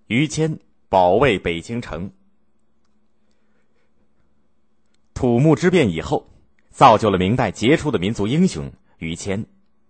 于谦保卫北京城。土木之变以后，造就了明代杰出的民族英雄于谦。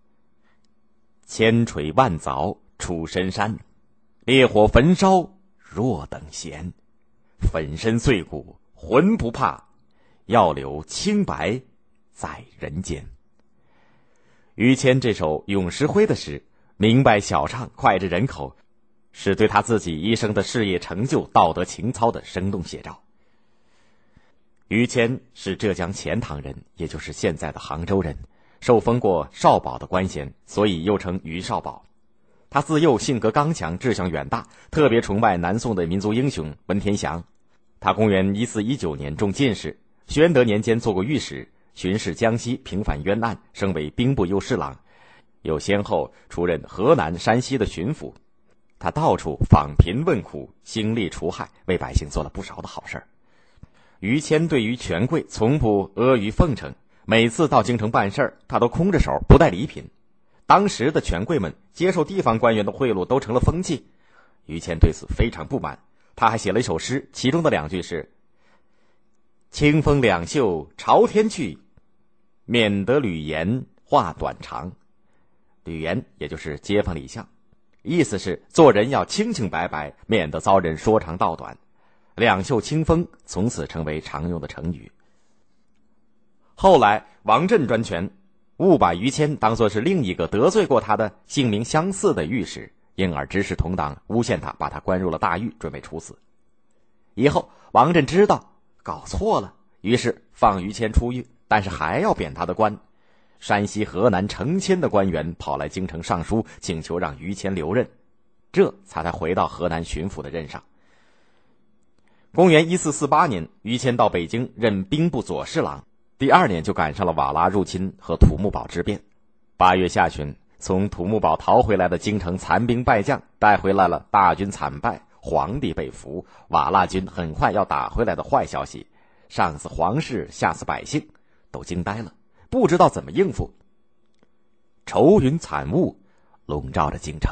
千锤万凿出深山，烈火焚烧若等闲。粉身碎骨浑不怕，要留清白在人间。于谦这首咏时辉的诗，明白晓畅，脍炙人口，是对他自己一生的事业成就、道德情操的生动写照。于谦是浙江钱塘人，也就是现在的杭州人，受封过少保的官衔，所以又称于少保。他自幼性格刚强，志向远大，特别崇拜南宋的民族英雄文天祥。他公元1419年中进士，宣德年间做过御史，巡视江西，平反冤案，升为兵部右侍郎，又先后出任河南、山西的巡抚。他到处访贫问苦，兴利除害，为百姓做了不少的好事。于谦对于权贵从不阿谀奉承，每次到京城办事他都空着手，不带礼品。当时的权贵们接受地方官员的贿赂都成了风气，于谦对此非常不满。他还写了一首诗，其中的2句是：清风两袖朝天去，免得吕言话短长。吕言也就是街坊里巷，意思是做人要清清白白，免得遭人说长道短。两袖清风从此成为常用的成语。后来王振专权，误把于谦当作是另一个得罪过他的姓名相似的御史，因而指使同党诬陷他，把他关入了大狱，准备处死。以后王振知道搞错了，于是放于谦出狱，但是还要贬他的官。山西、河南成千的官员跑来京城上书，请求让于谦留任，这才回到河南巡抚的任上。公元1448年，于谦到北京任兵部左侍郎，第2年就赶上了瓦剌入侵和土木堡之变。8月下旬，从土木堡逃回来的京城残兵败将带回来了大军惨败、皇帝被俘、瓦剌军很快要打回来的坏消息，上死皇室，下死百姓，都惊呆了，不知道怎么应付。愁云惨雾笼罩着京城。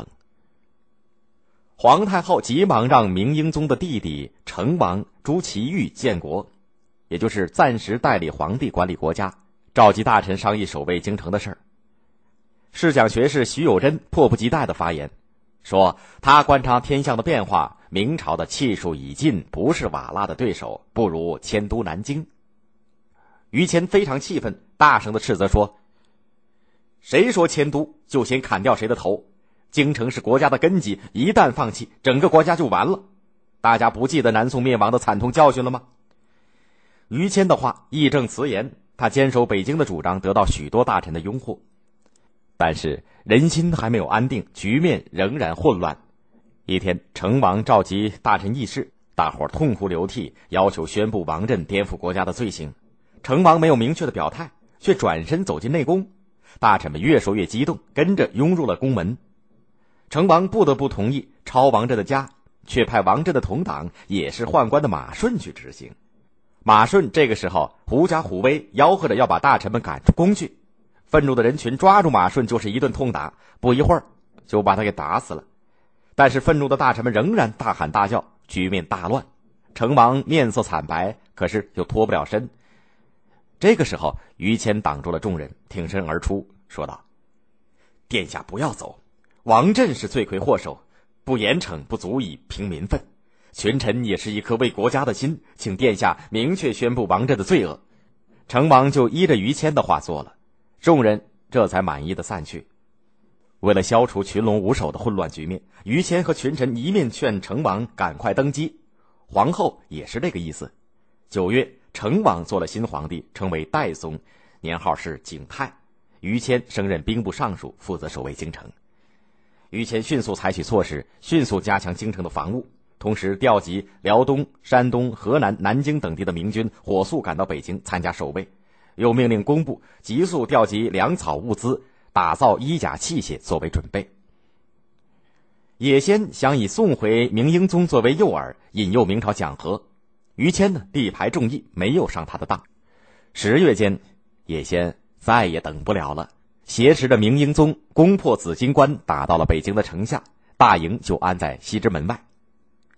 皇太后急忙让明英宗的弟弟成王朱祁钰建国，也就是暂时代理皇帝管理国家，召集大臣商议守卫京城的事儿。侍讲学士徐有贞迫不及待地发言，说他观察天象的变化，明朝的气数已尽，不是瓦剌的对手，不如迁都南京。于谦非常气愤，大声地斥责说：谁说迁都就先砍掉谁的头，京城是国家的根基，一旦放弃，整个国家就完了。大家不记得南宋灭亡的惨痛教训了吗？于谦的话义正辞严，他坚守北京的主张得到许多大臣的拥护。但是人心还没有安定，局面仍然混乱。一天，成王召集大臣议事，大伙痛哭流涕，要求宣布王振颠覆国家的罪行。成王没有明确的表态，却转身走进内宫。大臣们越说越激动，跟着拥入了宫门。成王不得不同意抄王振的家，却派王振的同党也是宦官的马顺去执行。马顺这个时候狐假虎威，吆喝着要把大臣们赶出宫去。愤怒的人群抓住马顺就是一顿痛打，不一会儿就把他给打死了。但是愤怒的大臣们仍然大喊大叫，局面大乱。成王面色惨白，可是又脱不了身。这个时候于谦挡住了众人，挺身而出说道：殿下不要走，王振是罪魁祸首，不严惩不足以平民愤，群臣也是一颗为国家的心，请殿下明确宣布王振的罪恶。成王就依着于谦的话做了，众人这才满意的散去。为了消除群龙无首的混乱局面，于谦和群臣一面劝成王赶快登基，皇后也是这个意思。9月，成王做了新皇帝，称为代宗，年号是景泰。于谦升任兵部尚书，负责守卫京城。于谦迅速采取措施，迅速加强京城的防务，同时调集辽东、山东、河南、南京等地的明军，火速赶到北京参加守卫。又命令工部急速调集粮草物资，打造衣甲器械作为准备。野先想以送回明英宗作为诱饵，引诱明朝讲和。于谦呢，力排众议，没有上他的当。10月间，野先再也等不了了，挟持着明英宗攻破紫金关，打到了北京的城下，大营就安在西直门外。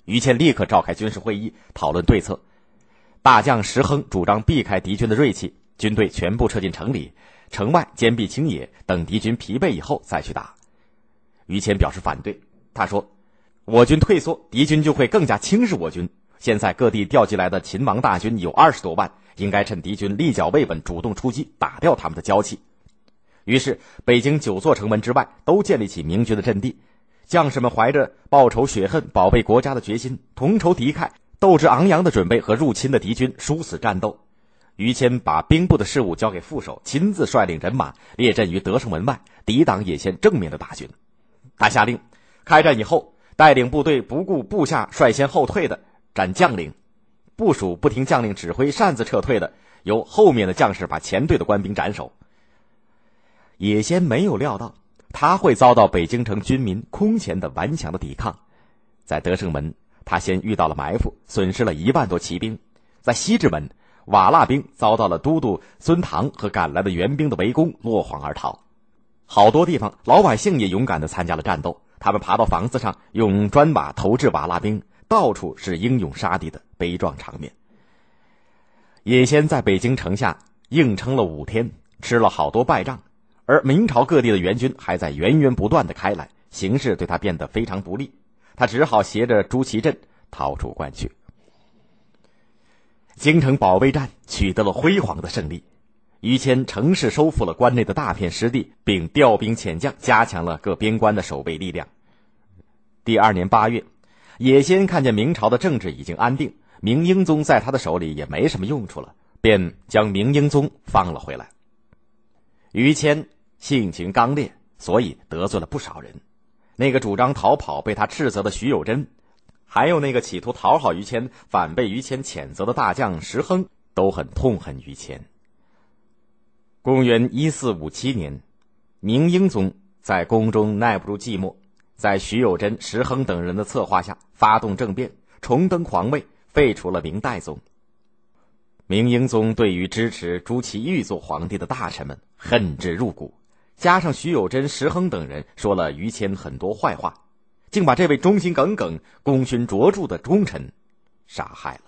于谦立刻召开军事会议讨论对策。大将石亨主张避开敌军的锐气，军队全部撤进城里，城外坚壁清野，等敌军疲惫以后再去打。于谦表示反对，他说，我军退缩，敌军就会更加轻视我军，现在各地调集来的秦王大军有20多万，应该趁敌军立脚未稳，主动出击，打掉他们的骄气。于是北京9座城门之外都建立起明军的阵地，将士们怀着报仇雪恨、保卫国家的决心，同仇敌忾，斗志昂扬地准备和入侵的敌军殊死战斗。于谦把兵部的事务交给副手，亲自率领人马列阵于德胜门外，抵挡野先正面的大军。他下令，开战以后，带领部队不顾部下率先后退的斩将领，部属不听将令指挥擅自撤退的，由后面的将士把前队的官兵斩首。野先没有料到他会遭到北京城军民空前的顽强的抵抗。在德胜门，他先遇到了埋伏，损失了1万多骑兵；在西直门，瓦剌兵遭到了都督孙唐和赶来的援兵的围攻，落荒而逃。好多地方老百姓也勇敢地参加了战斗，他们爬到房子上，用砖瓦投掷瓦剌兵，到处是英勇杀敌的悲壮场面。野先在北京城下硬撑了5天，吃了好多败仗，而明朝各地的援军还在源源不断地开来，形势对他变得非常不利，他只好携着朱祁镇逃出关去。京城保卫战取得了辉煌的胜利，于谦乘势收复了关内的大片失地，并调兵遣将，加强了各边关的守备力量。第2年8月，野先看见明朝的政治已经安定，明英宗在他的手里也没什么用处了，便将明英宗放了回来。于谦性情刚烈，所以得罪了不少人。那个主张逃跑被他斥责的徐有贞，还有那个企图讨好于谦反被于谦谴责的大将石亨，都很痛恨于谦。公元1457年，明英宗在宫中耐不住寂寞，在徐有贞、石亨等人的策划下发动政变，重登皇位，废除了明代宗。明英宗对于支持朱祁钰做皇帝的大臣们恨之入骨，加上徐有贞、石亨等人说了于谦很多坏话，竟把这位忠心耿耿、功勋卓著的忠臣杀害了。